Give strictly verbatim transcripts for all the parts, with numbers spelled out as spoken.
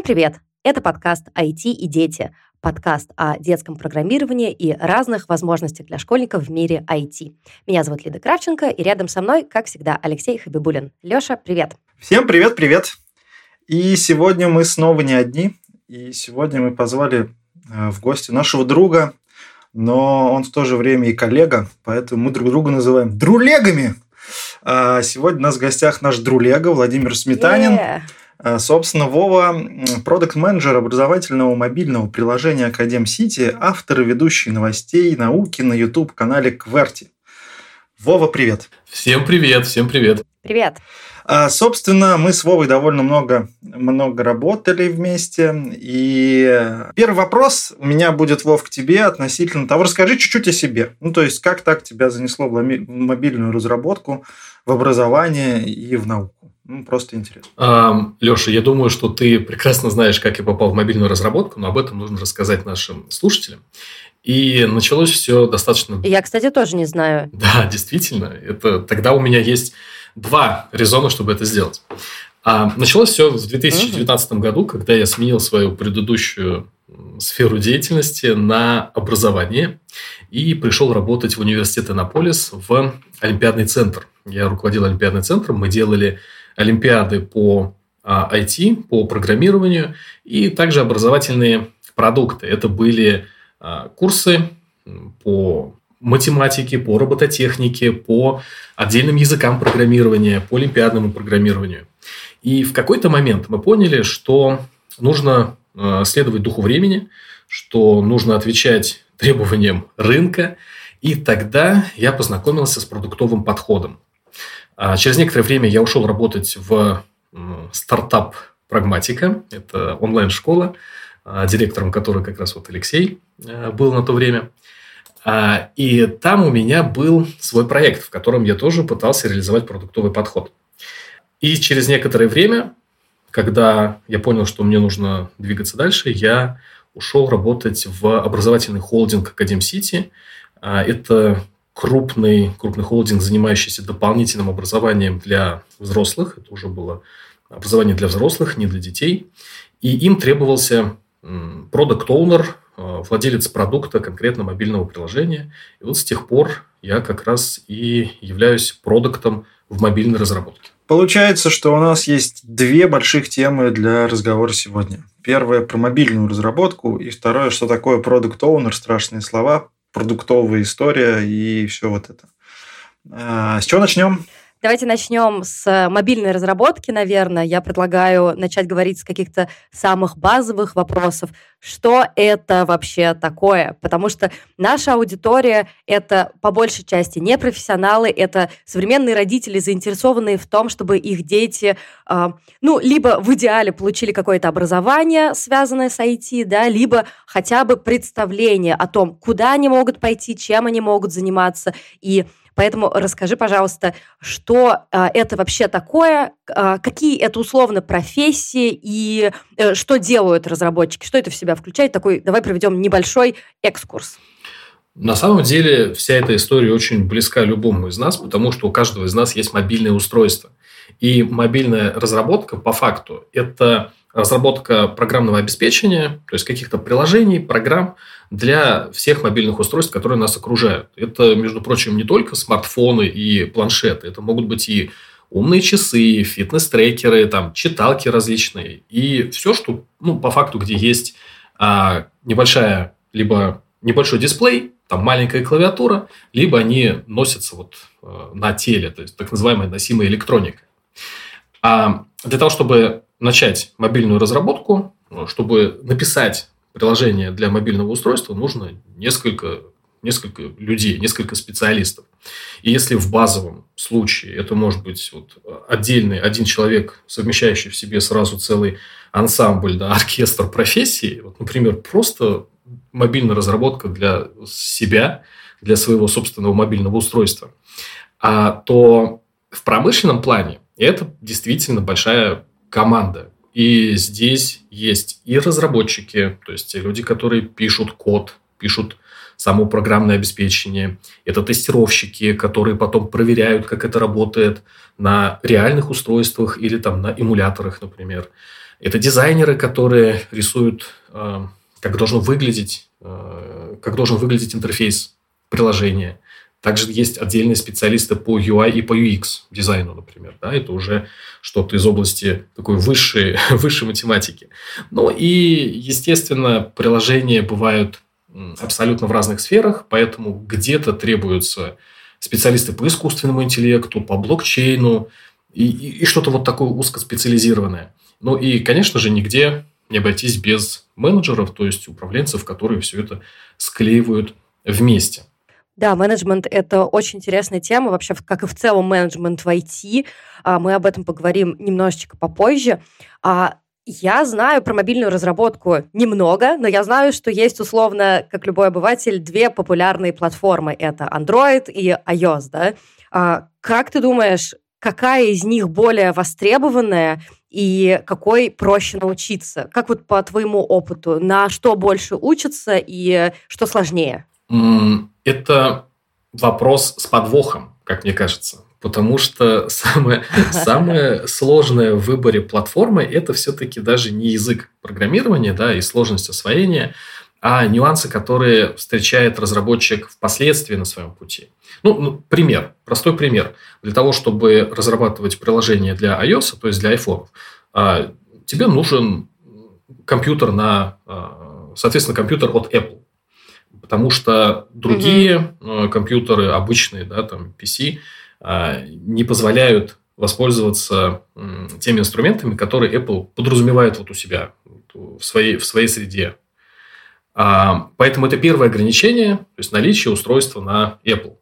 Всем привет! Это подкаст «ай ти и дети», подкаст о детском программировании и разных возможностях для школьников в мире ай ти. Меня зовут Лида Кравченко, и рядом со мной, как всегда, Алексей Хабибуллин. Леша, привет! Всем привет-привет! И сегодня мы снова не одни, и сегодня мы позвали в гости нашего друга, но он в то же время и коллега, поэтому мы друг друга называем друлегами. Сегодня у нас в гостях наш друлега Владимир Сметанин. Yeah. Собственно, Вова – продакт-менеджер образовательного мобильного приложения Академ-Сити, автор и ведущий новостей науки на YouTube-канале Кверти. Вова, привет! Всем привет, всем привет! Привет! Собственно, мы с Вовой довольно много, много работали вместе. И первый вопрос у меня будет, Вов, к тебе относительно того. Расскажи чуть-чуть о себе. Ну, то есть, как так тебя занесло в мобильную разработку, в образование и в науку? Ну, просто интересно. А, Леша, я думаю, что ты прекрасно знаешь, как я попал в мобильную разработку, но об этом нужно рассказать нашим слушателям. И началось все достаточно... Я, кстати, тоже не знаю. Да, действительно. Это... Тогда у меня есть два резона, чтобы это сделать. А, началось все в две тысячи девятнадцатом году, когда я сменил свою предыдущую сферу деятельности на образование и пришел работать в университет Иннополис в Олимпиадный центр. Я руководил Олимпиадным центром, мы делали олимпиады по ай ти, по программированию и также образовательные продукты. Это были курсы по математике, по робототехнике, по отдельным языкам программирования, по олимпиадному программированию. И в какой-то момент мы поняли, что нужно следовать духу времени, что нужно отвечать требованиям рынка. И тогда я познакомился с продуктовым подходом. Через некоторое время я ушел работать в стартап «Прагматика». Это онлайн-школа, директором которой как раз вот Алексей был на то время. И там у меня был свой проект, в котором я тоже пытался реализовать продуктовый подход. И через некоторое время, когда я понял, что мне нужно двигаться дальше, я ушел работать в образовательный холдинг Академ-Сити. Это крупный, крупный холдинг, занимающийся дополнительным образованием для взрослых. Это уже было образование для взрослых, не для детей. И им требовался продакт-оунер, владелец продукта, конкретно мобильного приложения. И вот с тех пор я как раз и являюсь продактом в мобильной разработке. Получается, что у нас есть две больших темы для разговора сегодня. Первая про мобильную разработку, и второе, что такое продакт-оунер, страшные слова, продуктовая история и все вот это. А, с чего начнем? Давайте начнем с мобильной разработки, наверное. Я предлагаю начать говорить с каких-то самых базовых вопросов. Что это вообще такое? Потому что наша аудитория – это по большей части не профессионалы, это современные родители, заинтересованные в том, чтобы их дети, э, ну, либо в идеале получили какое-то образование, связанное с ай ти, да, либо хотя бы представление о том, куда они могут пойти, чем они могут заниматься. И поэтому расскажи, пожалуйста, что э, это вообще такое, э, какие это условно профессии и э, что делают разработчики, что это в себя включает. Такой, давай проведем небольшой экскурс. На самом деле вся эта история очень близка любому из нас, потому что у каждого из нас есть мобильное устройство. И мобильная разработка по факту – это разработка программного обеспечения, то есть каких-то приложений, программ для всех мобильных устройств, которые нас окружают. Это, между прочим, не только смартфоны и планшеты. Это могут быть и умные часы, фитнес-трекеры, там, читалки различные. И все, что, ну, по факту, где есть а, небольшая, либо небольшой дисплей, там маленькая клавиатура, либо они носятся вот а, на теле, то есть так называемая носимая электроника. А для того, чтобы начать мобильную разработку, чтобы написать приложение для мобильного устройства, нужно несколько, несколько людей, несколько специалистов. И если в базовом случае это может быть вот отдельный один человек, совмещающий в себе сразу целый ансамбль, да, оркестр профессий, вот, например, просто мобильная разработка для себя, для своего собственного мобильного устройства, а, то в промышленном плане это действительно большая команда. И здесь есть и разработчики, то есть те люди, которые пишут код, пишут само программное обеспечение. Это тестировщики, которые потом проверяют, как это работает на реальных устройствах или там на эмуляторах, например. Это дизайнеры, которые рисуют, как должен выглядеть, как должен выглядеть интерфейс приложения. Также есть отдельные специалисты по ю ай и по ю экс дизайну, например. Да, это уже что-то из области такой высшей, высшей математики. Ну и, естественно, приложения бывают абсолютно в разных сферах, поэтому где-то требуются специалисты по искусственному интеллекту, по блокчейну и, и, и что-то вот такое узкоспециализированное. Ну и, конечно же, нигде не обойтись без менеджеров, то есть управленцев, которые все это склеивают вместе. Да, менеджмент – это очень интересная тема, вообще, как и в целом менеджмент в ай ти. Мы об этом поговорим немножечко попозже. Я знаю про мобильную разработку немного, но я знаю, что есть, условно, как любой обыватель, две популярные платформы. Это Android и iOS, да? Как ты думаешь, какая из них более востребованная и какой проще научиться? Как вот по твоему опыту, на что больше учатся и что сложнее? Это вопрос с подвохом, как мне кажется. Потому что самое, самое сложное в выборе платформы – это все-таки даже не язык программирования, да, и сложность освоения, а нюансы, которые встречает разработчик впоследствии на своем пути. Ну, ну, пример, простой пример. Для того, чтобы разрабатывать приложение для iOS, то есть для iPhone, тебе нужен компьютер на, соответственно, компьютер от Apple. Потому что другие mm-hmm. компьютеры, обычные, да, там, пи си, не позволяют воспользоваться теми инструментами, которые Apple подразумевает вот у себя, в своей, в своей среде. Поэтому это первое ограничение, то есть наличие устройства на Apple.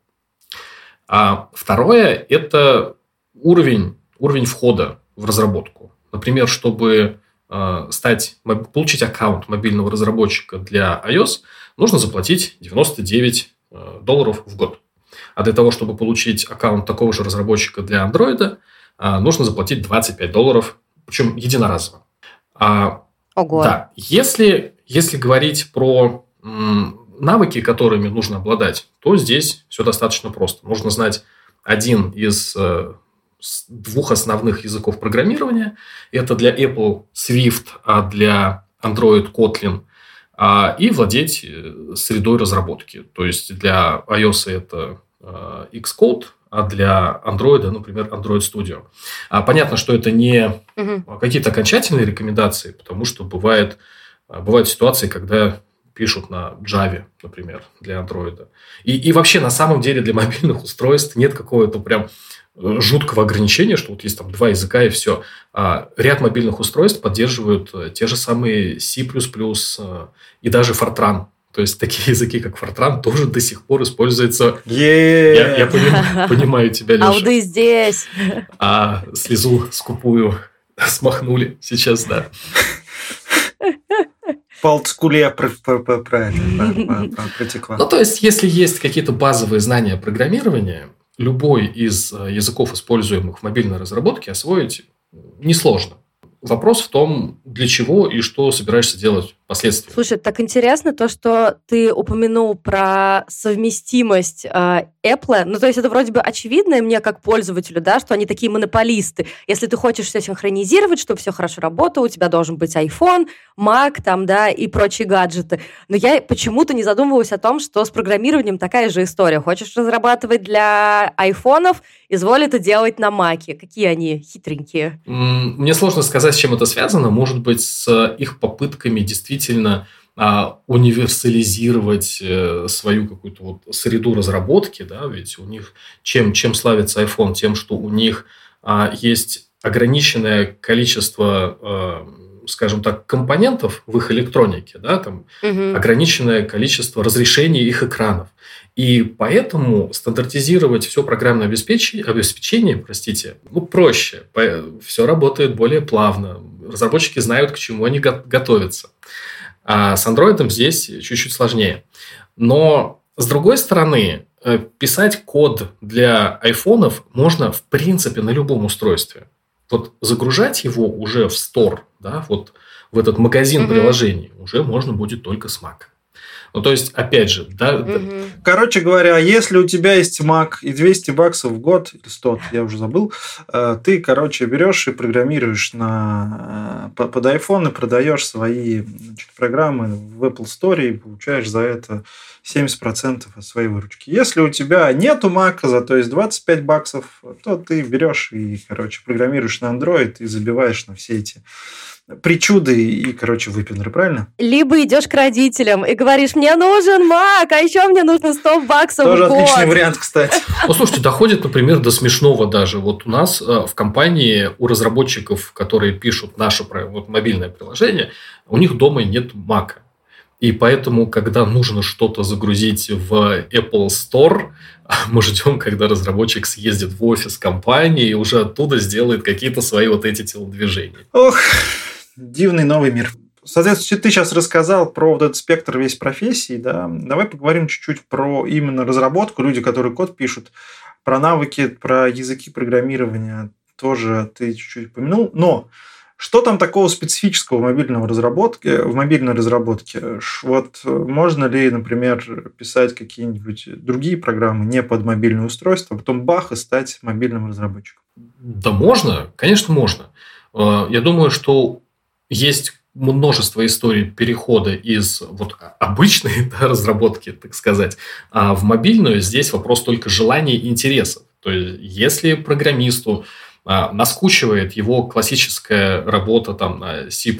А второе – это уровень, уровень входа в разработку. Например, чтобы стать, получить аккаунт мобильного разработчика для iOS, нужно заплатить девяносто девять долларов в год. А для того, чтобы получить аккаунт такого же разработчика для Android, нужно заплатить двадцать пять долларов, причем единоразово. Ого. Да, если, если говорить про м, навыки, которыми нужно обладать, то здесь все достаточно просто. Нужно знать один из э, двух основных языков программирования. Это для Apple Swift, а для Android Kotlin. А, и владеть средой разработки. То есть для iOS это э, Xcode, а для Android, например, Android Studio. А понятно, что это не угу. какие-то окончательные рекомендации, потому что бывает, бывают ситуации, когда пишут на Java, например, для Android. И, и вообще, на самом деле, для мобильных устройств нет какого-то прям жуткого ограничения, что вот есть там два языка и все. А ряд мобильных устройств поддерживают те же самые C++ и даже Fortran. То есть, такие языки, как Fortran, тоже до сих пор используются. Yeah. Я, я понимаю, понимаю тебя, Леша. Ауды здесь. А слезу скупую смахнули сейчас, да. По олдскуле протекла. Ну, то есть, если есть какие-то базовые знания программирования, любой из языков, используемых в мобильной разработке, освоить несложно. Вопрос в том, для чего и что собираешься делать впоследствии. Слушай, так интересно то, что ты упомянул про совместимость э, Apple. Ну, то есть это вроде бы очевидно мне как пользователю, да, что они такие монополисты. Если ты хочешь все синхронизировать, чтобы все хорошо работало, у тебя должен быть iPhone, Mac, там, да, и прочие гаджеты. Но я почему-то не задумывалась о том, что с программированием такая же история. Хочешь разрабатывать для айфонов, изволь это делать на Mac'е. Какие они хитренькие. Мне сложно сказать, с чем это связано. Может быть, с их попытками действительно универсализировать свою какую-то вот среду разработки, да, ведь у них чем, чем славится iPhone? Тем, что у них а, есть ограниченное количество, а, скажем так, компонентов в их электронике, да, там угу. ограниченное количество разрешений их экранов. И поэтому стандартизировать все программное обеспечение, обеспечение, простите, ну, проще. Все работает более плавно. Разработчики знают, к чему они готовятся. А с Android здесь чуть-чуть сложнее. Но, с другой стороны, писать код для айфонов можно, в принципе, на любом устройстве. Вот загружать его уже в Store, да, вот в этот магазин mm-hmm. приложений уже можно будет только с Mac. Ну, то есть, опять же, да... Мгм. Короче говоря, если у тебя есть Mac и двести баксов в год, или сто, я уже забыл, э, ты, короче, берешь и программируешь на, э, по- под iPhone и продаешь свои, значит, программы в Apple Store и получаешь за это семьдесят процентов от своей выручки. Если у тебя нету Mac, зато есть двадцать пять баксов, то ты берешь и, короче, программируешь на Android и забиваешь на все эти причуды и, короче, выпендры, правильно? Либо идешь к родителям и говоришь, мне нужен Mac, а еще мне нужно сто баксов Тоже в год. отличный вариант, кстати. Ну, слушайте, доходит, например, до смешного даже. Вот у нас э, в компании, у разработчиков, которые пишут наше про- вот, мобильное приложение, у них дома нет Mac. И поэтому, когда нужно что-то загрузить в Apple Store, мы ждем, когда разработчик съездит в офис компании и уже оттуда сделает какие-то свои вот эти телодвижения. Ох, дивный новый мир. Соответственно, ты сейчас рассказал про вот этот спектр весь профессий, да. Давай поговорим чуть-чуть про именно разработку. Люди, которые код пишут, про навыки, про языки программирования тоже ты чуть-чуть упомянул. Но что там такого специфического в мобильной разработке? В мобильной разработке? Ш- Вот э, можно ли, например, писать какие-нибудь другие программы не под мобильное устройство, а потом бах и стать мобильным разработчиком? Да можно, конечно, можно. Э, Я думаю, что есть множество историй перехода из вот обычной да, разработки, так сказать, а в мобильную. Здесь вопрос только желания и интересов. То есть, если программисту а, наскучивает его классическая работа там, на C++,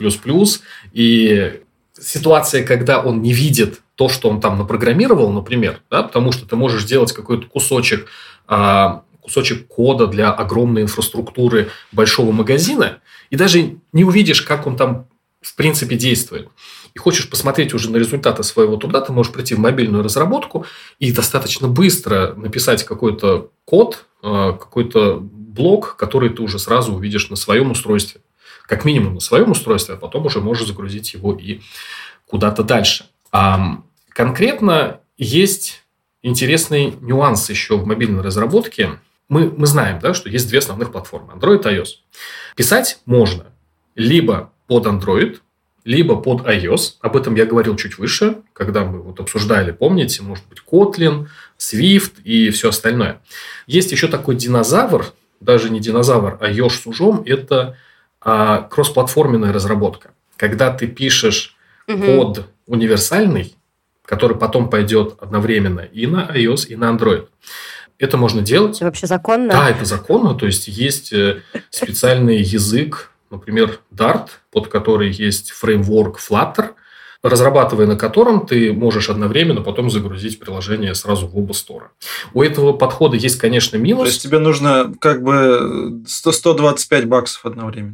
и ситуация, когда он не видит то, что он там напрограммировал, например, да, потому что ты можешь делать какой-то кусочек, а, кусочек кода для огромной инфраструктуры большого магазина, и даже не увидишь, как он там в принципе действует. И хочешь посмотреть уже на результаты своего труда, ты можешь прийти в мобильную разработку и достаточно быстро написать какой-то код, э, какой-то блок, который ты уже сразу увидишь на своем устройстве. Как минимум на своем устройстве, а потом уже можешь загрузить его и куда-то дальше. А конкретно есть интересный нюанс еще в мобильной разработке. Мы, мы знаем, да, что есть две основных платформы – Android и iOS. Писать можно либо под Android, либо под iOS. Об этом я говорил чуть выше, когда мы вот обсуждали, помните, может быть, Kotlin, Swift и все остальное. Есть еще такой динозавр, даже не динозавр, а еж с ужом – это а, кроссплатформенная разработка. Когда ты пишешь Мгм. код универсальный, который потом пойдет одновременно и на iOS, и на Android. Это можно делать. Это вообще законно? Да, это законно. То есть, есть э, специальный язык, например, Dart, под который есть фреймворк Flutter, разрабатывая на котором ты можешь одновременно потом загрузить приложение сразу в оба стора. У этого подхода есть, конечно, То минус. есть тебе нужно как бы сто сто двадцать пять баксов одновременно.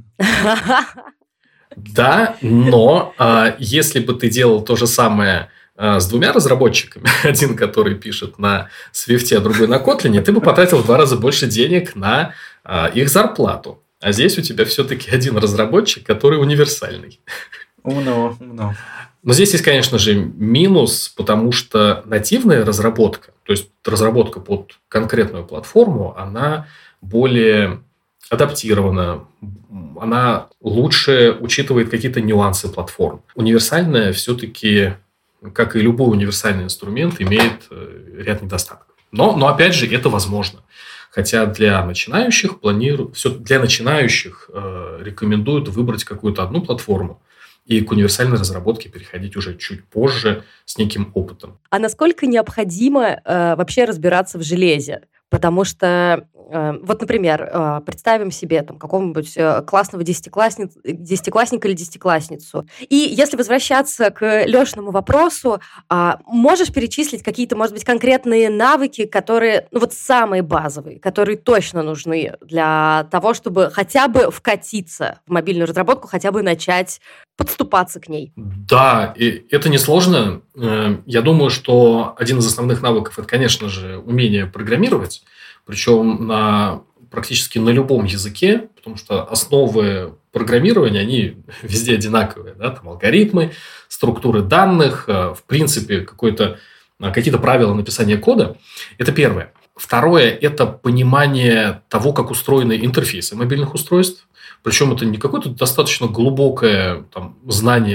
Да, но а, если бы ты делал то же самое а, с двумя разработчиками, один, который пишет на Swift, а другой на Kotlin, ты бы потратил в два раза больше денег на а, их зарплату. А здесь у тебя все-таки один разработчик, который универсальный. Умно, умно. Но здесь есть, конечно же, минус, потому что нативная разработка, то есть разработка под конкретную платформу, она более адаптирована, она лучше учитывает какие-то нюансы платформ. Универсальная все-таки, как и любой универсальный инструмент, имеет э, ряд недостатков. Но, но опять же, это возможно. Хотя для начинающих планирую, все для начинающих э, рекомендуют выбрать какую-то одну платформу и к универсальной разработке переходить уже чуть позже с неким опытом. А насколько необходимо э, вообще разбираться в железе? Потому что, э, вот, например, э, представим себе там какого-нибудь э, классного десятиклассни- десятиклассника или десятиклассницу. И если возвращаться к Лешному вопросу, э, можешь перечислить какие-то, может быть, конкретные навыки, которые, ну вот самые базовые, которые точно нужны для того, чтобы хотя бы вкатиться в мобильную разработку, хотя бы начать подступаться к ней? Да, и это несложно. Э, Я думаю, что один из основных навыков – это, конечно же, умение программировать, причем на, практически на любом языке, потому что основы программирования, они везде одинаковые. Да? Там алгоритмы, структуры данных, э, в принципе, какое-то, э, какие-то правила написания кода. Это первое. Второе – это понимание того, как устроены интерфейсы мобильных устройств. Причем это не какое-то достаточно глубокое там, знание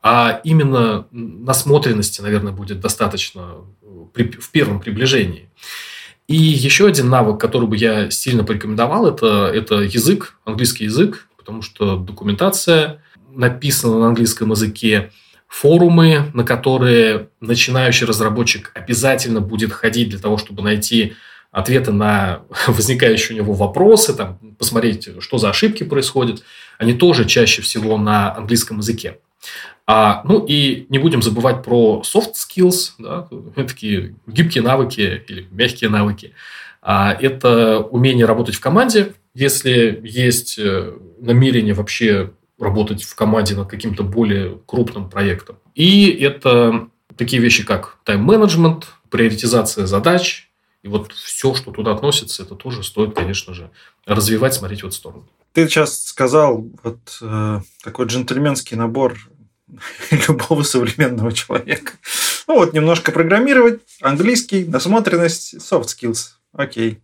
а именно насмотренности, наверное, будет достаточно при, в первом приближении. И еще один навык, который бы я сильно порекомендовал, это, это язык, английский язык, потому что документация написана на английском языке, форумы, на которые начинающий разработчик обязательно будет ходить для того, чтобы найти ответы на возникающие у него вопросы, там, посмотреть, что за ошибки происходят, они тоже чаще всего на английском языке. А, ну и не будем забывать про soft skills, да, такие гибкие навыки или мягкие навыки. А, это умение работать в команде, если есть намерение вообще работать в команде над каким-то более крупным проектом. И это такие вещи, как тайм-менеджмент, приоритизация задач. И вот все, что туда относится, это тоже стоит, конечно же, развивать, смотреть в эту сторону. Ты сейчас сказал вот э, такой джентльменский набор любого современного человека. Ну вот, немножко программировать, английский, насмотренность, soft skills. Окей.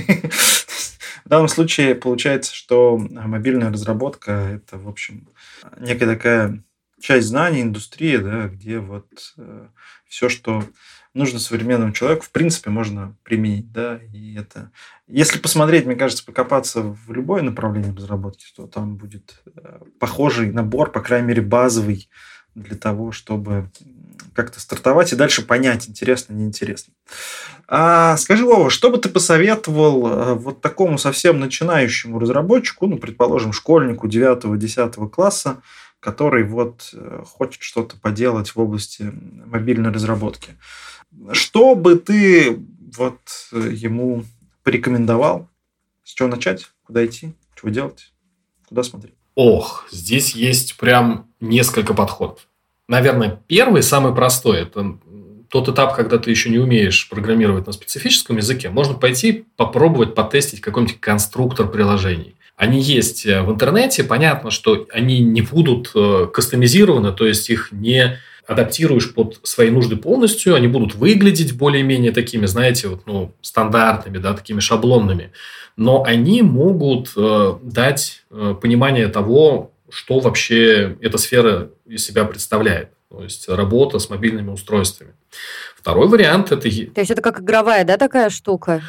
В данном случае получается, что мобильная разработка – это, в общем, некая такая часть знаний, индустрии, да, где вот э, все, что нужно современному человеку, в принципе, можно применить. Да, и это... Если посмотреть, мне кажется, покопаться в любое направление разработки, то там будет похожий набор, по крайней мере, базовый, для того, чтобы как-то стартовать и дальше понять, интересно, неинтересно. А скажи, Вова, что бы ты посоветовал вот такому совсем начинающему разработчику, ну, предположим, школьнику девятого-десятого класса, который вот хочет что-то поделать в области мобильной разработки? Что бы ты вот ему порекомендовал? С чего начать? Куда идти? Чего делать? Куда смотреть? Ох, здесь есть прям несколько подходов. Наверное, первый, самый простой, это тот этап, когда ты еще не умеешь программировать на специфическом языке. Можно пойти попробовать потестить какой-нибудь конструктор приложений. Они есть в интернете. Понятно, что они не будут кастомизированы, то есть их не адаптируешь под свои нужды полностью, они будут выглядеть более-менее такими, знаете, вот, ну, стандартными, да, такими шаблонными. Но они могут э, дать э, понимание того, что вообще эта сфера из себя представляет. То есть, работа с мобильными устройствами. Второй вариант – это… То есть, это как игровая, да, такая штука?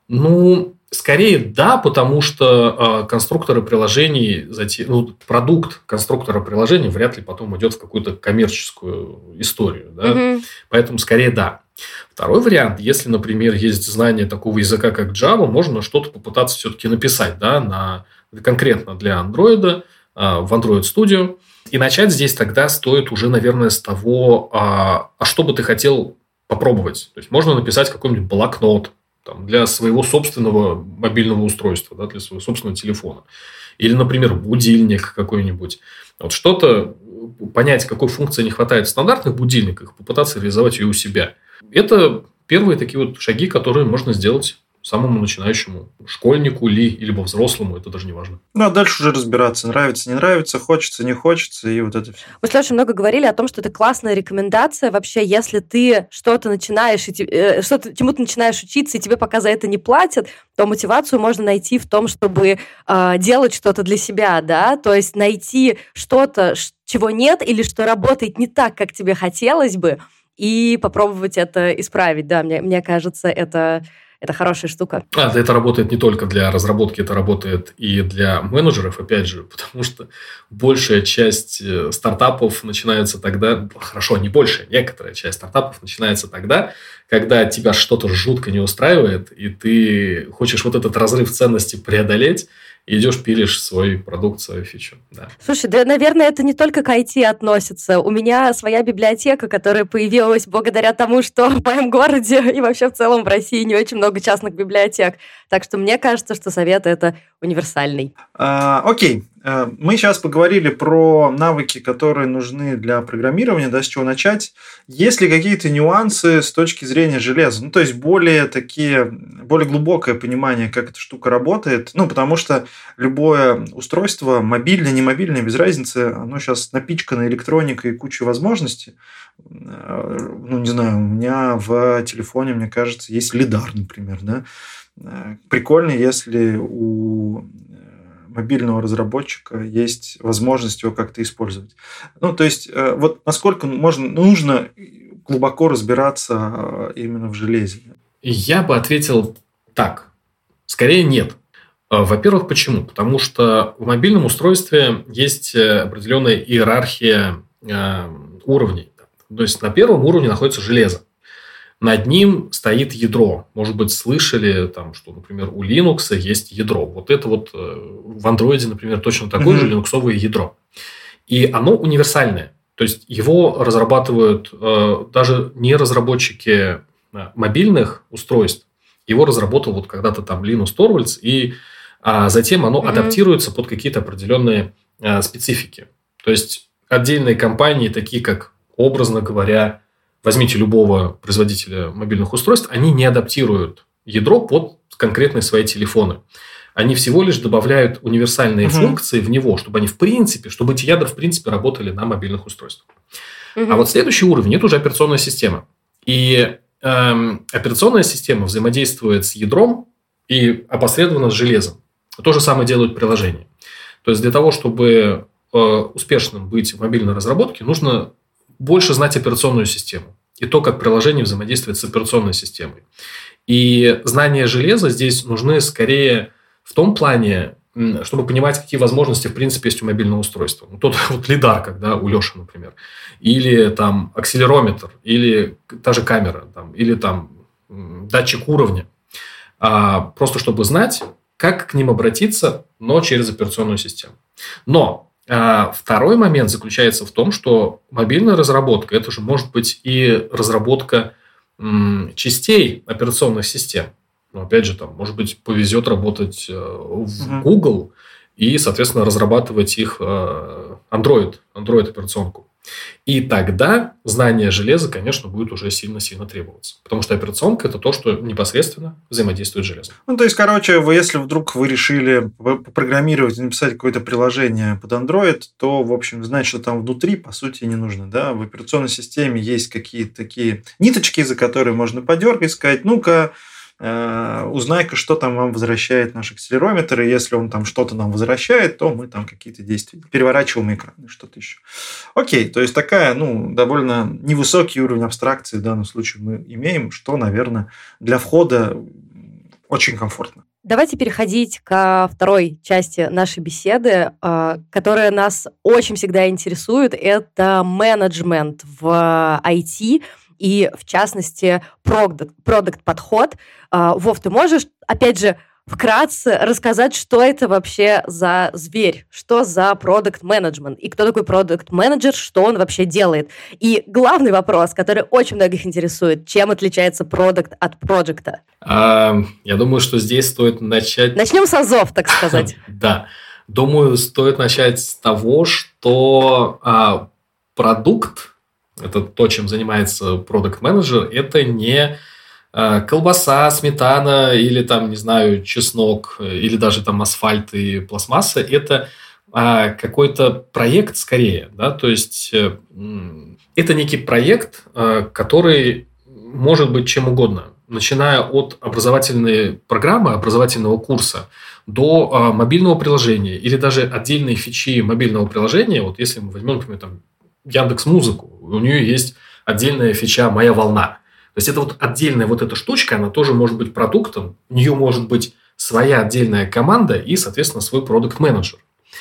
Ну, скорее да, потому что э, конструкторы приложений, затем, ну, продукт конструктора приложений вряд ли потом идет в какую-то коммерческую историю. Да? Mm-hmm. Поэтому скорее да. Второй вариант, если, например, есть знание такого языка, как Java, можно что-то попытаться все-таки написать, да, на, конкретно для Android, э, в Android Studio. И начать здесь тогда стоит уже, наверное, с того, а, а что бы ты хотел попробовать. То есть, можно написать какой-нибудь блокнот, там, для своего собственного мобильного устройства, да, для своего собственного телефона. Или, например, будильник какой-нибудь. Вот что-то, понять, какой функции не хватает в стандартных будильниках, попытаться реализовать ее у себя. Это первые такие вот шаги, которые можно сделать самому начинающему школьнику ли, либо взрослому, это даже не важно. Ну, а дальше уже разбираться, нравится, не нравится, хочется, не хочется, и вот это все. Мы с Лешей много говорили о том, что это классная рекомендация вообще, если ты что-то начинаешь, и, э, что-то, чему-то начинаешь учиться, и тебе пока за это не платят, то мотивацию можно найти в том, чтобы э, делать что-то для себя, да, то есть найти что-то, чего нет, или что работает не так, как тебе хотелось бы, и попробовать это исправить, да, мне, мне кажется, это... Это хорошая штука. А, это работает не только для разработки, это работает и для менеджеров, опять же, потому что большая часть стартапов начинается тогда, хорошо, не большая, некоторая часть стартапов начинается тогда, когда тебя что-то жутко не устраивает, и ты хочешь вот этот разрыв ценностей преодолеть, и идешь, пилишь свой продукт, свою фичу. Да. Слушай, да, наверное, это не только к ай ти относится. У меня своя библиотека, которая появилась благодаря тому, что в моем городе и вообще в целом в России не очень много частных библиотек. Так что мне кажется, что совет это универсальный. А, окей. Мы сейчас поговорили про навыки, которые нужны для программирования, да, с чего начать. Есть ли какие-то нюансы с точки зрения железа? Ну, то есть, более такие, более глубокое понимание, как эта штука работает. Ну, потому что любое устройство, мобильное, не мобильное, без разницы, оно сейчас напичкано электроникой и кучей возможностей. Ну, не знаю, у меня в телефоне, мне кажется, есть лидар, например, да. Прикольно, если у мобильного разработчика есть возможность его как-то использовать. Ну, то есть, вот насколько можно, нужно глубоко разбираться именно в железе? Я бы ответил так. Скорее нет. Во-первых, почему? Потому что в мобильном устройстве есть определенная иерархия уровней. То есть, на первом уровне находится железо. Над ним стоит ядро. Может быть, слышали, там, что, например, у Linux есть ядро. Вот это вот в Android, например, точно такое mm-hmm. же линуксовое ядро. И оно универсальное. То есть, его разрабатывают э, даже не разработчики мобильных устройств. Его разработал вот когда-то там Линус Торвальдс, и а, затем оно mm-hmm. адаптируется под какие-то определенные а, специфики. То есть, отдельные компании, такие как, образно говоря, возьмите любого производителя мобильных устройств, они не адаптируют ядро под конкретные свои телефоны. Они всего лишь добавляют универсальные uh-huh. функции в него, чтобы они в принципе, чтобы эти ядра в принципе работали на мобильных устройствах. Uh-huh. А вот следующий уровень – это уже операционная система. И эм, операционная система взаимодействует с ядром и опосредованно с железом. То же самое делают приложения. То есть, для того, чтобы э, успешным быть в мобильной разработке, нужно больше знать операционную систему и то, как приложение взаимодействует с операционной системой. И знания железа здесь нужны скорее в том плане, чтобы понимать, какие возможности, в принципе, есть у мобильного устройства. Ну, тот вот лидар, когда у Леши, например. Или там акселерометр, или та же камера, там, или там датчик уровня. А, просто чтобы знать, как к ним обратиться, но через операционную систему. Но а, второй момент заключается в том, что мобильная разработка, это же может быть и разработка м, частей операционных систем. Но, опять же, там, может быть, повезет работать в Google и, соответственно, разрабатывать их Android, Android операционку. И тогда знание железа, конечно, будет уже сильно-сильно требоваться. Потому что операционка – это то, что непосредственно взаимодействует с железом. Ну, то есть, короче, вы, если вдруг вы решили попрограммировать и написать какое-то приложение под Android, то, в общем, знать, что там внутри, по сути, не нужно. Да? В операционной системе есть какие-то такие ниточки, за которые можно подергать, сказать, ну-ка, узнай-ка, что там вам возвращает наш акселерометр, и если он там что-то нам возвращает, то мы там какие-то действия переворачиваем экран и что-то еще. Окей, то есть такая, ну, довольно невысокий уровень абстракции в данном случае мы имеем, что, наверное, для входа очень комфортно. Давайте переходить ко второй части нашей беседы, которая нас очень всегда интересует. Это менеджмент в ай ти. И, в частности, продакт-подход. Вов, ты можешь, опять же, вкратце рассказать, что это вообще за зверь, что за продакт-менеджмент, и кто такой продакт-менеджер, что он вообще делает. И главный вопрос, который очень многих интересует, чем отличается продакт от проекта? А, я думаю, что здесь стоит начать... Начнем с азов, так сказать. Да. Думаю, стоит начать с того, что продукт, это то, чем занимается продакт-менеджер, это не э, колбаса, сметана или там, не знаю, чеснок, или даже там асфальт и пластмасса. Это э, какой-то проект скорее. Да? То есть, э, это некий проект, э, который может быть чем угодно. Начиная от образовательной программы, образовательного курса, до э, мобильного приложения или даже отдельные фичи мобильного приложения. Вот если мы возьмем, например, там, Яндекс.Музыку, у нее есть отдельная фича «Моя волна». То есть, это вот отдельная вот эта штучка, она тоже может быть продуктом, у нее может быть своя отдельная команда и, соответственно, свой продакт-менеджер.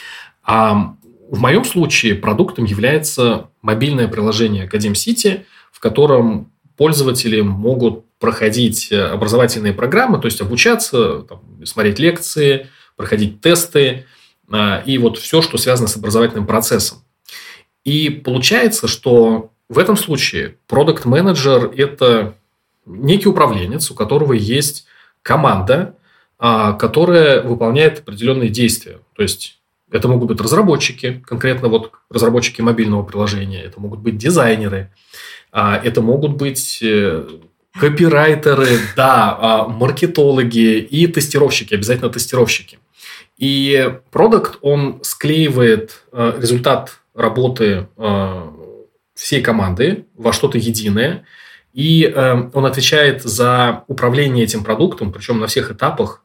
А в моем случае продуктом является мобильное приложение Академ.Сити, в котором пользователи могут проходить образовательные программы, то есть, обучаться, там, смотреть лекции, проходить тесты и вот все, что связано с образовательным процессом. И получается, что в этом случае продакт-менеджер – это некий управленец, у которого есть команда, которая выполняет определенные действия. То есть, это могут быть разработчики, конкретно вот разработчики мобильного приложения, это могут быть дизайнеры, это могут быть копирайтеры, да, маркетологи и тестировщики, обязательно тестировщики. И продакт, он склеивает результат работы э, всей команды во что-то единое, и э, он отвечает за управление этим продуктом, причем на всех этапах,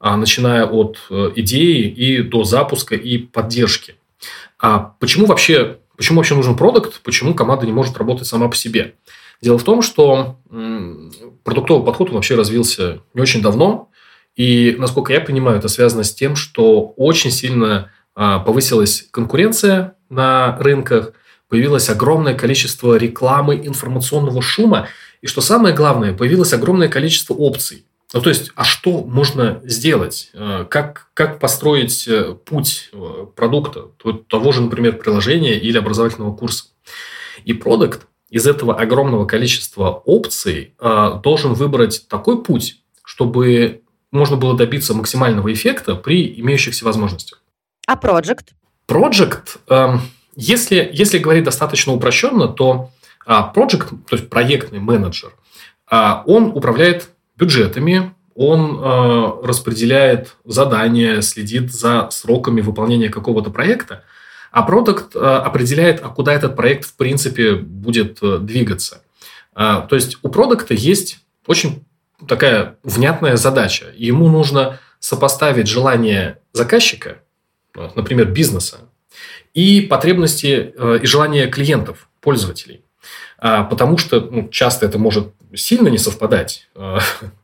начиная от идеи и до запуска и поддержки. А почему вообще, почему вообще нужен продукт? Почему команда не может работать сама по себе? Дело в том, что продуктовый подход он вообще развился не очень давно. И, насколько я понимаю, это связано с тем, что очень сильно повысилась конкуренция на рынках, появилось огромное количество рекламы, информационного шума, и, что самое главное, появилось огромное количество опций. Ну, то есть, а что можно сделать? Как, как построить путь продукта, того же, например, приложения или образовательного курса? И продукт из этого огромного количества опций должен выбрать такой путь, чтобы можно было добиться максимального эффекта при имеющихся возможностях. А Project? Project, э, если, если говорить достаточно упрощенно, то э, Project, то есть проектный менеджер, э, он управляет бюджетами, он э, распределяет задания, следит за сроками выполнения какого-то проекта, а Product э, определяет, а куда этот проект в принципе будет э, двигаться. Э, то есть у Product есть очень такая внятная задача. Ему нужно сопоставить желание заказчика, например, бизнеса, и потребности э, и желания клиентов, пользователей. А, потому что ну, часто это может сильно не совпадать. А,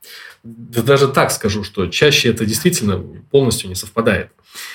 да даже так скажу, что чаще это действительно полностью не совпадает.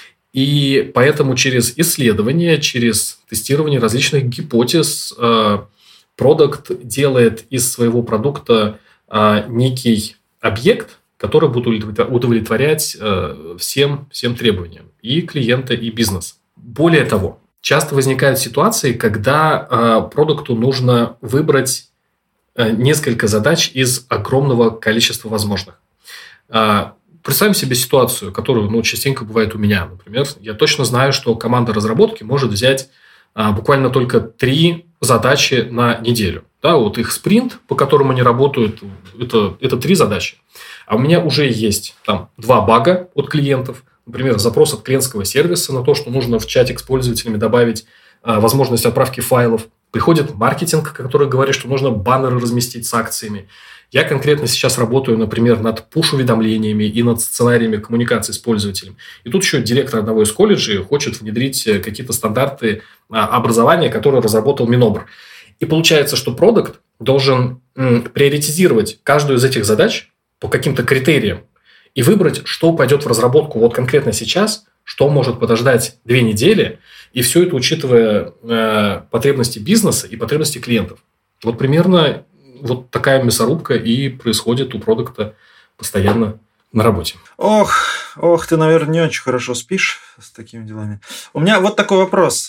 И поэтому через исследование, через тестирование различных гипотез э, продукт делает из своего продукта э, некий объект, который будет удовлетворять э, всем, всем требованиям и клиента, и бизнеса. Более того, часто возникают ситуации, когда э, продукту нужно выбрать э, несколько задач из огромного количества возможных. Э, представим себе ситуацию, которая ну, частенько бывает у меня. Например, я точно знаю, что команда разработки может взять э, буквально только три задачи на неделю. Да, вот их спринт, по которому они работают, это, это три задачи. А у меня уже есть там два бага от клиентов. Например, запрос от клиентского сервиса на то, что нужно в чатик с пользователями добавить а, возможность отправки файлов. Приходит маркетинг, который говорит, что нужно баннеры разместить с акциями. Я конкретно сейчас работаю, например, над пуш-уведомлениями и над сценариями коммуникации с пользователем. И тут еще директор одного из колледжей хочет внедрить какие-то стандарты а, образования, которые разработал Минобр. И получается, что продукт должен м, приоритизировать каждую из этих задач по каким-то критериям и выбрать, что пойдет в разработку вот конкретно сейчас, что может подождать две недели, и все это учитывая э, потребности бизнеса и потребности клиентов. Вот примерно вот такая мясорубка и происходит у продукта постоянно на работе. Ох, ох, ты, наверное, не очень хорошо спишь с такими делами. У меня вот такой вопрос.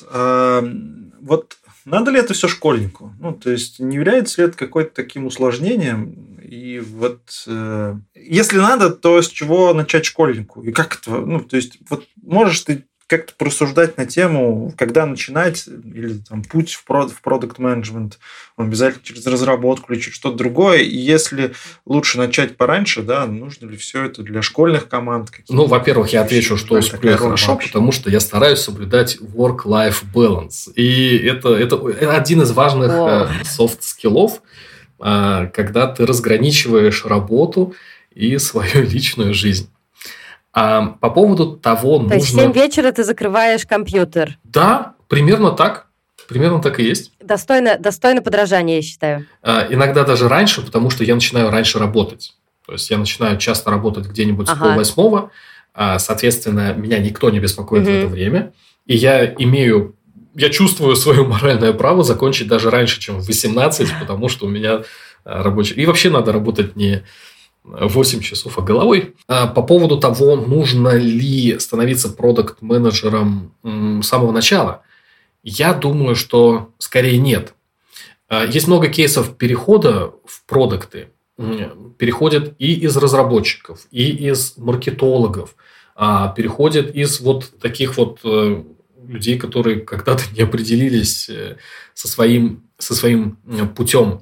Вот надо ли это все школьнику? Ну, то есть, не является ли это какой-то таким усложнением? И вот, э, если надо, то с чего начать школьнику? И как это? Ну, то есть, вот можешь ты как-то порассуждать на тему, когда начинать, или там путь в продакт менеджмент, он обязательно через разработку или через что-то другое. И если лучше начать пораньше, да, нужно ли все это для школьных команд? Ну, во-первых, я отвечу, что сплю я хорошо, вообще? Потому что я стараюсь соблюдать work-life balance. И это, это, это один из важных софт-скиллов, когда ты разграничиваешь работу и свою личную жизнь. А по поводу того, То нужно... То есть в семь вечера ты закрываешь компьютер? Да, примерно так. Примерно так и есть. Достойно, достойно подражания, я считаю. А, иногда даже раньше, потому что я начинаю раньше работать. То есть я начинаю часто работать где-нибудь ага. с полвосьмого. А, соответственно, меня никто не беспокоит угу. в это время. И я имею... Я чувствую свое моральное право закончить даже раньше, чем в восемнадцать, потому что у меня рабочий... И вообще надо работать не... восемь часов, а головой. По поводу того, нужно ли становиться продакт-менеджером с самого начала, я думаю, что скорее нет. Есть много кейсов перехода в продукты. Переходят и из разработчиков, и из маркетологов. Переходят из вот таких вот людей, которые когда-то не определились со своим, со своим путем.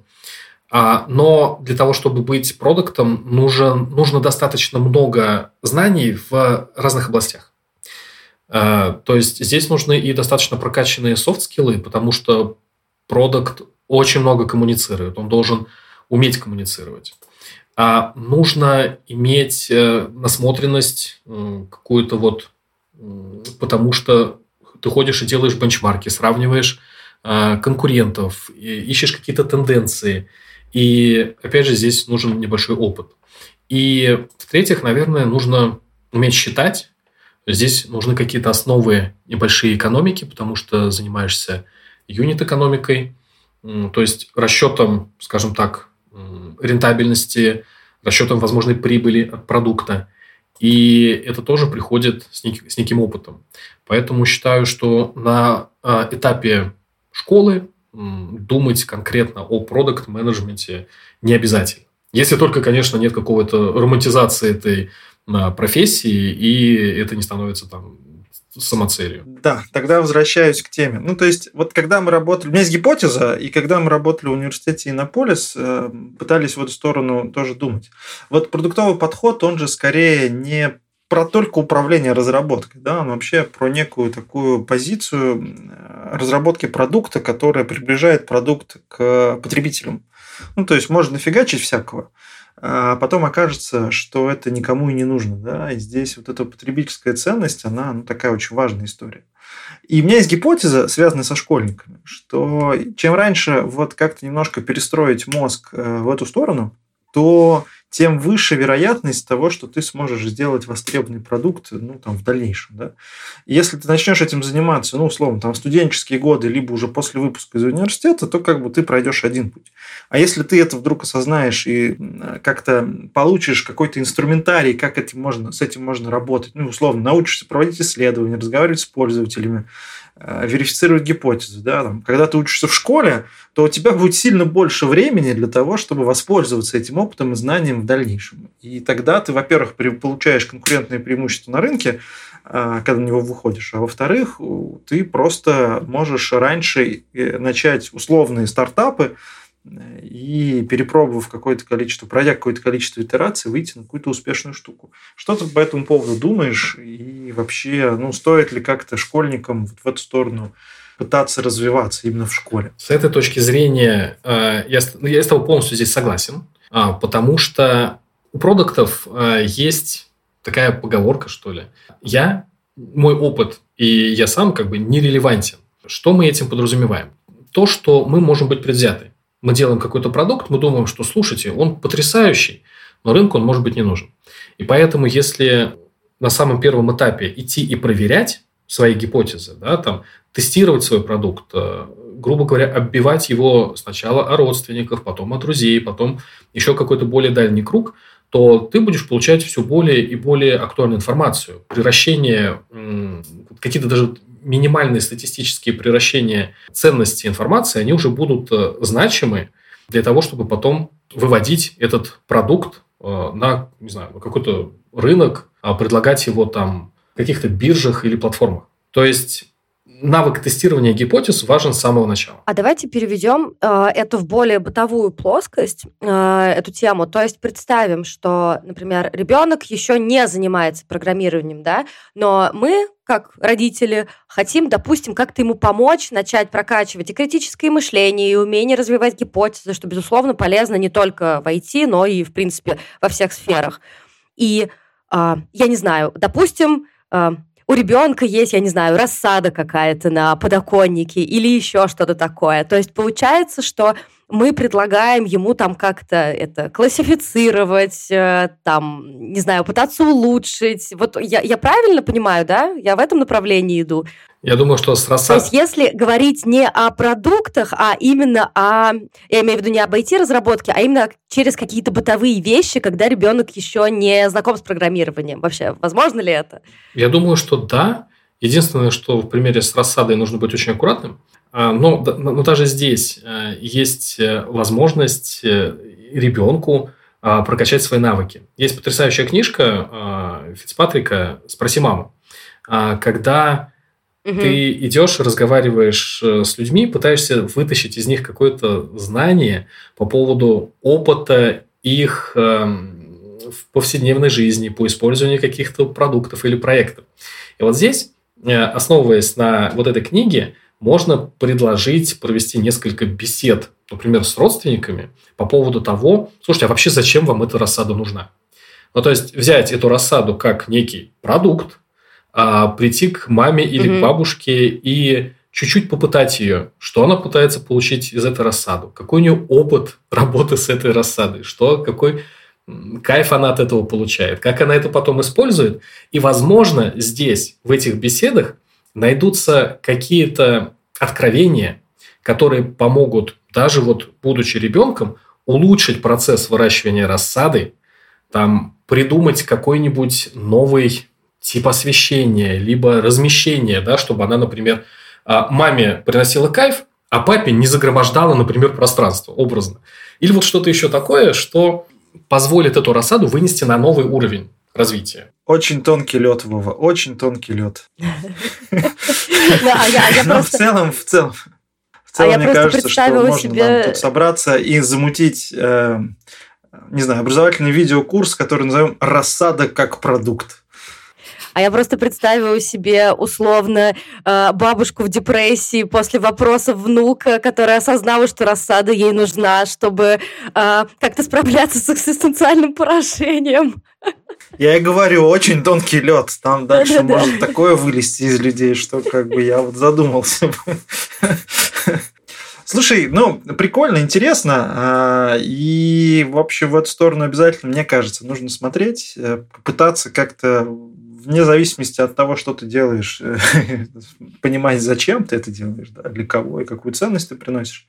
Но для того, чтобы быть продуктом, нужен, нужно достаточно много знаний в разных областях. То есть здесь нужны и достаточно прокачанные софт-скиллы, потому что продукт очень много коммуницирует, он должен уметь коммуницировать. а нужно иметь насмотренность какую-то вот, потому что ты ходишь и делаешь бенчмарки, сравниваешь конкурентов, ищешь какие-то тенденции. И, опять же, здесь нужен небольшой опыт. И, в-третьих, наверное, нужно уметь считать. Здесь нужны какие-то основы небольшие экономики, потому что занимаешься юнит-экономикой, то есть расчетом, скажем так, рентабельности, расчетом возможной прибыли от продукта. И это тоже приходит с, нек- с неким опытом. Поэтому считаю, что на этапе школы думать конкретно о продакт-менеджменте не обязательно. Если только, конечно, нет какого-то романтизации этой профессии, и это не становится там самоцелью. Да, тогда возвращаюсь к теме. Ну, то есть, вот когда мы работали... У меня есть гипотеза, и когда мы работали в университете Иннополис, пытались в эту сторону тоже думать. Вот продуктовый подход, он же скорее не про только управление разработкой, да, он вообще про некую такую позицию разработки продукта, которая приближает продукт к потребителям. Ну, то есть, можно нафигачить всякого, а потом окажется, что это никому и не нужно. Да? И здесь вот эта потребительская ценность, она ну, такая очень важная история. И у меня есть гипотеза, связанная со школьниками, что чем раньше вот как-то немножко перестроить мозг в эту сторону, то тем выше вероятность того, что ты сможешь сделать востребованный продукт ну, там, в дальнейшем. Да? И если ты начнешь этим заниматься, ну, условно, там, в студенческие годы, либо уже после выпуска из университета, то как бы ты пройдешь один путь. А если ты это вдруг осознаешь и как-то получишь какой-то инструментарий, как этим можно, с этим можно работать, ну, условно, научишься проводить исследования, разговаривать с пользователями, верифицировать гипотезы. Да? Там, когда ты учишься в школе, то у тебя будет сильно больше времени для того, чтобы воспользоваться этим опытом и знанием в дальнейшем. И тогда ты, во-первых, получаешь конкурентное преимущество на рынке, когда на него выходишь, а во-вторых, ты просто можешь раньше начать условные стартапы и, перепробовав какое-то количество, пройдя какое-то количество итераций, выйти на какую-то успешную штуку. Что ты по этому поводу думаешь? И вообще, ну, стоит ли как-то школьникам в эту сторону пытаться развиваться именно в школе? С этой точки зрения я, я с тобой полностью здесь согласен, потому что у продуктов есть такая поговорка, что ли. Я, мой опыт и я сам как бы нерелевантен. Что мы этим подразумеваем? То, что мы можем быть предвзяты. Мы делаем какой-то продукт, мы думаем, что, слушайте, он потрясающий, но рынку он может быть не нужен. И поэтому, если на самом первом этапе идти и проверять свои гипотезы, да, там, тестировать свой продукт, грубо говоря, оббивать его сначала о родственниках, потом о друзей, потом еще какой-то более дальний круг, то ты будешь получать все более и более актуальную информацию. Превращение, какие-то даже минимальные статистические превращения ценности информации, они уже будут значимы для того, чтобы потом выводить этот продукт на, не знаю, на какой-то рынок, предлагать его там в каких-то биржах или платформах. То есть навык тестирования гипотез важен с самого начала. А давайте переведем э, это в более бытовую плоскость, э, эту тему. То есть представим, что, например, ребенок еще не занимается программированием, да, но мы, как родители, хотим, допустим, как-то ему помочь начать прокачивать и критическое мышление, и умение развивать гипотезы, что, безусловно, полезно не только в ай ти, но и, в принципе, во всех сферах. И, э, я не знаю, допустим, э, у ребенка есть, я не знаю, рассада какая-то на подоконнике или еще что-то такое. То есть получается, что мы предлагаем ему там как-то это классифицировать, там, не знаю, пытаться улучшить. Вот я, я правильно понимаю, да? Я в этом направлении иду. Я думаю, что с рассадой... То есть если говорить не о продуктах, а именно о... Я имею в виду не об ай ти-разработке, а именно через какие-то бытовые вещи, когда ребенок еще не знаком с программированием. Вообще, возможно ли это? Я думаю, что да. Единственное, что в примере с рассадой нужно быть очень аккуратным. Но, но даже здесь есть возможность ребенку прокачать свои навыки. Есть потрясающая книжка Фицпатрика «Спроси маму», когда... Угу. Ты идешь, разговариваешь с людьми, пытаешься вытащить из них какое-то знание по поводу опыта их э, в повседневной жизни, по использованию каких-то продуктов или проектов. И вот здесь, основываясь на вот этой книге, можно предложить провести несколько бесед, например, с родственниками по поводу того, слушайте, а вообще зачем вам эта рассада нужна? Ну, то есть, взять эту рассаду как некий продукт, а прийти к маме или mm-hmm. к бабушке и чуть-чуть попытать ее, что она пытается получить из этой рассады, какой у нее опыт работы с этой рассадой, что, какой кайф она от этого получает, как она это потом использует. И, возможно, здесь, в этих беседах, найдутся какие-то откровения, которые помогут, даже вот будучи ребенком, улучшить процесс выращивания рассады, там, придумать какой-нибудь новый тип освещения, либо размещения, да, чтобы она, например, маме приносила кайф, а папе не загромождала, например, пространство образно. Или вот что-то еще такое, что позволит эту рассаду вынести на новый уровень развития. Очень тонкий лед, Вова, очень тонкий лед. Но в целом, в целом, в целом, мне кажется, что можно нам тут собраться и замутить, не знаю, образовательный видеокурс, который назовем «Рассада как продукт». А я просто представила себе условно бабушку в депрессии после вопросов внука, которая осознала, что рассада ей нужна, чтобы как-то справляться с экзистенциальным поражением. Я и говорю, очень тонкий лед. Там дальше да, может да. такое вылезти из людей, что как бы я вот задумался. Слушай, ну, прикольно, интересно. И, в общем, в эту сторону обязательно, мне кажется, нужно смотреть, попытаться как-то, вне зависимости от того, что ты делаешь, понимать, зачем ты это делаешь, да, для кого и какую ценность ты приносишь.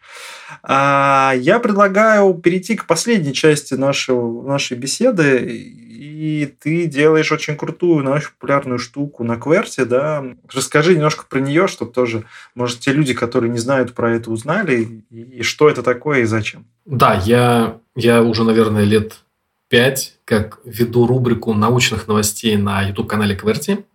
А я предлагаю перейти к последней части нашего, нашей беседы. И ты делаешь очень крутую, но очень популярную штуку на Кверти, да. Расскажи немножко про нее, чтобы тоже, может, те люди, которые не знают про это, узнали, и что это такое и зачем. Да, я, я уже, наверное, лет пять как веду рубрику научных новостей на YouTube-канале Кверти.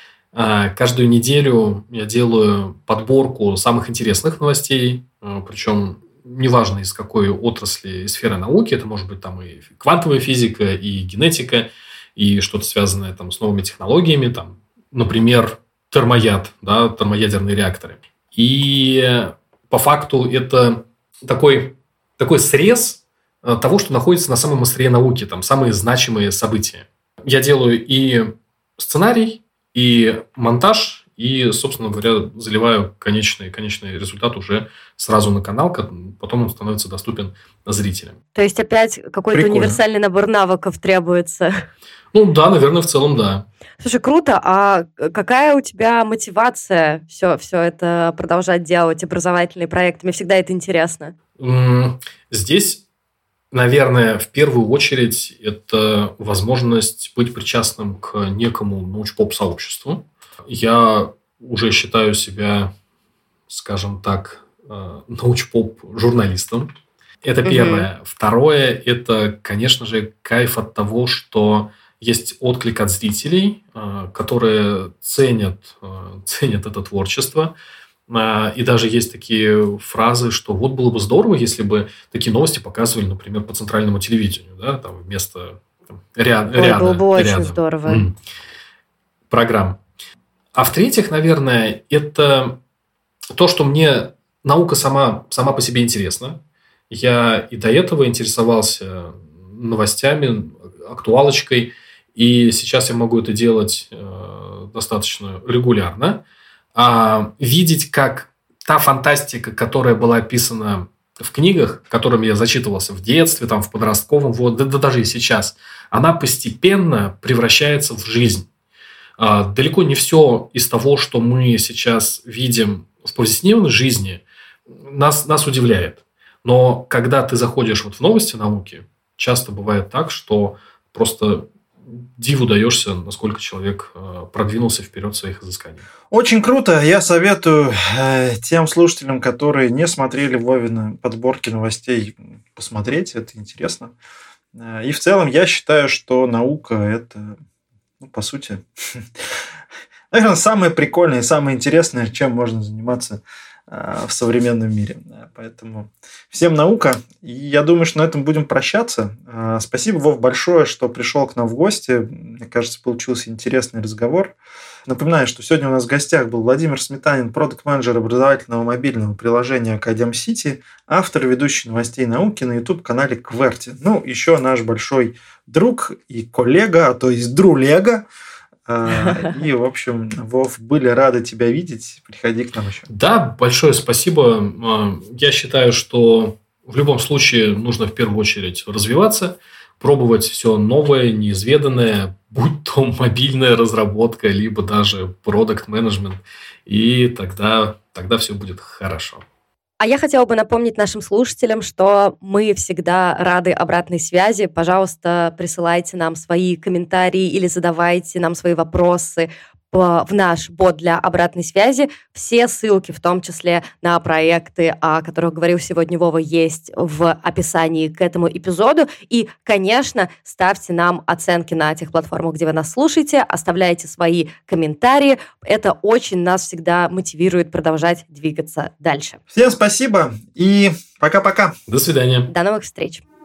Каждую неделю я делаю подборку самых интересных новостей, причем неважно из какой отрасли и сферы науки, это может быть там и квантовая физика, и генетика, и что-то связанное там с новыми технологиями, там, например, термояд, да, термоядерные реакторы. И по факту это такой, такой срез того, что находится на самом острие науки, там самые значимые события. Я делаю и сценарий, и монтаж, и, собственно говоря, заливаю конечный, конечный результат уже сразу на канал, потом он становится доступен зрителям. То есть опять какой-то Прикольно. универсальный набор навыков требуется? Ну да, наверное, в целом да. Слушай, круто. А какая у тебя мотивация все, все это продолжать делать, образовательные проекты? Мне всегда это интересно. Здесь, наверное, в первую очередь это возможность быть причастным к некому научпоп-сообществу. Я уже считаю себя, скажем так, научпоп-журналистом. Это первое. Угу. Второе – это, конечно же, кайф от того, что есть отклик от зрителей, которые ценят, ценят это творчество. И даже есть такие фразы, что вот было бы здорово, если бы такие новости показывали, например, по центральному телевидению, да, там вместо там, ряд, Ой, ряда, было бы ряда, очень здорово. М, программ. А в-третьих, наверное, это то, что мне наука сама, сама по себе интересна. Я и до этого интересовался новостями, актуалочкой, и сейчас я могу это делать э, достаточно регулярно. А видеть, как та фантастика, которая была описана в книгах, которыми я зачитывался в детстве, там, в подростковом, вот, да, да даже и сейчас, она постепенно превращается в жизнь. А, далеко не все из того, что мы сейчас видим в повседневной жизни, нас, нас удивляет. Но когда ты заходишь вот в новости науки, часто бывает так, что просто диву даешься, насколько человек продвинулся вперед в своих изысканиях. Очень круто. Я советую тем слушателям, которые не смотрели Вовины подборки новостей, посмотреть. Это интересно. И в целом я считаю, что наука – это, ну, по сути, наверное, самое прикольное и самое интересное, чем можно заниматься в современном мире. Поэтому всем наука. И я думаю, что на этом будем прощаться. Спасибо, Вов, большое, что пришел к нам в гости. Мне кажется, получился интересный разговор. Напоминаю, что сегодня у нас в гостях был Владимир Сметанин, продакт-менеджер образовательного мобильного приложения Академ Сити, автор и ведущий новостей науки на YouTube-канале Кверти. Ну, еще наш большой друг и коллега, а то есть друлега. И, в общем, Вов, были рады тебя видеть. Приходи к нам еще. Да, большое спасибо. Я считаю, что в любом случае нужно в первую очередь развиваться, пробовать все новое, неизведанное, будь то мобильная разработка, либо даже продакт-менеджмент, и тогда, тогда все будет хорошо. А я хотела бы напомнить нашим слушателям, что мы всегда рады обратной связи. Пожалуйста, присылайте нам свои комментарии или задавайте нам свои вопросы в наш бот для обратной связи. Все ссылки, в том числе на проекты, о которых говорил сегодня Вова, есть в описании к этому эпизоду. И, конечно, ставьте нам оценки на тех платформах, где вы нас слушаете, оставляйте свои комментарии. Это очень нас всегда мотивирует продолжать двигаться дальше. Всем спасибо и пока-пока. До свидания. До новых встреч.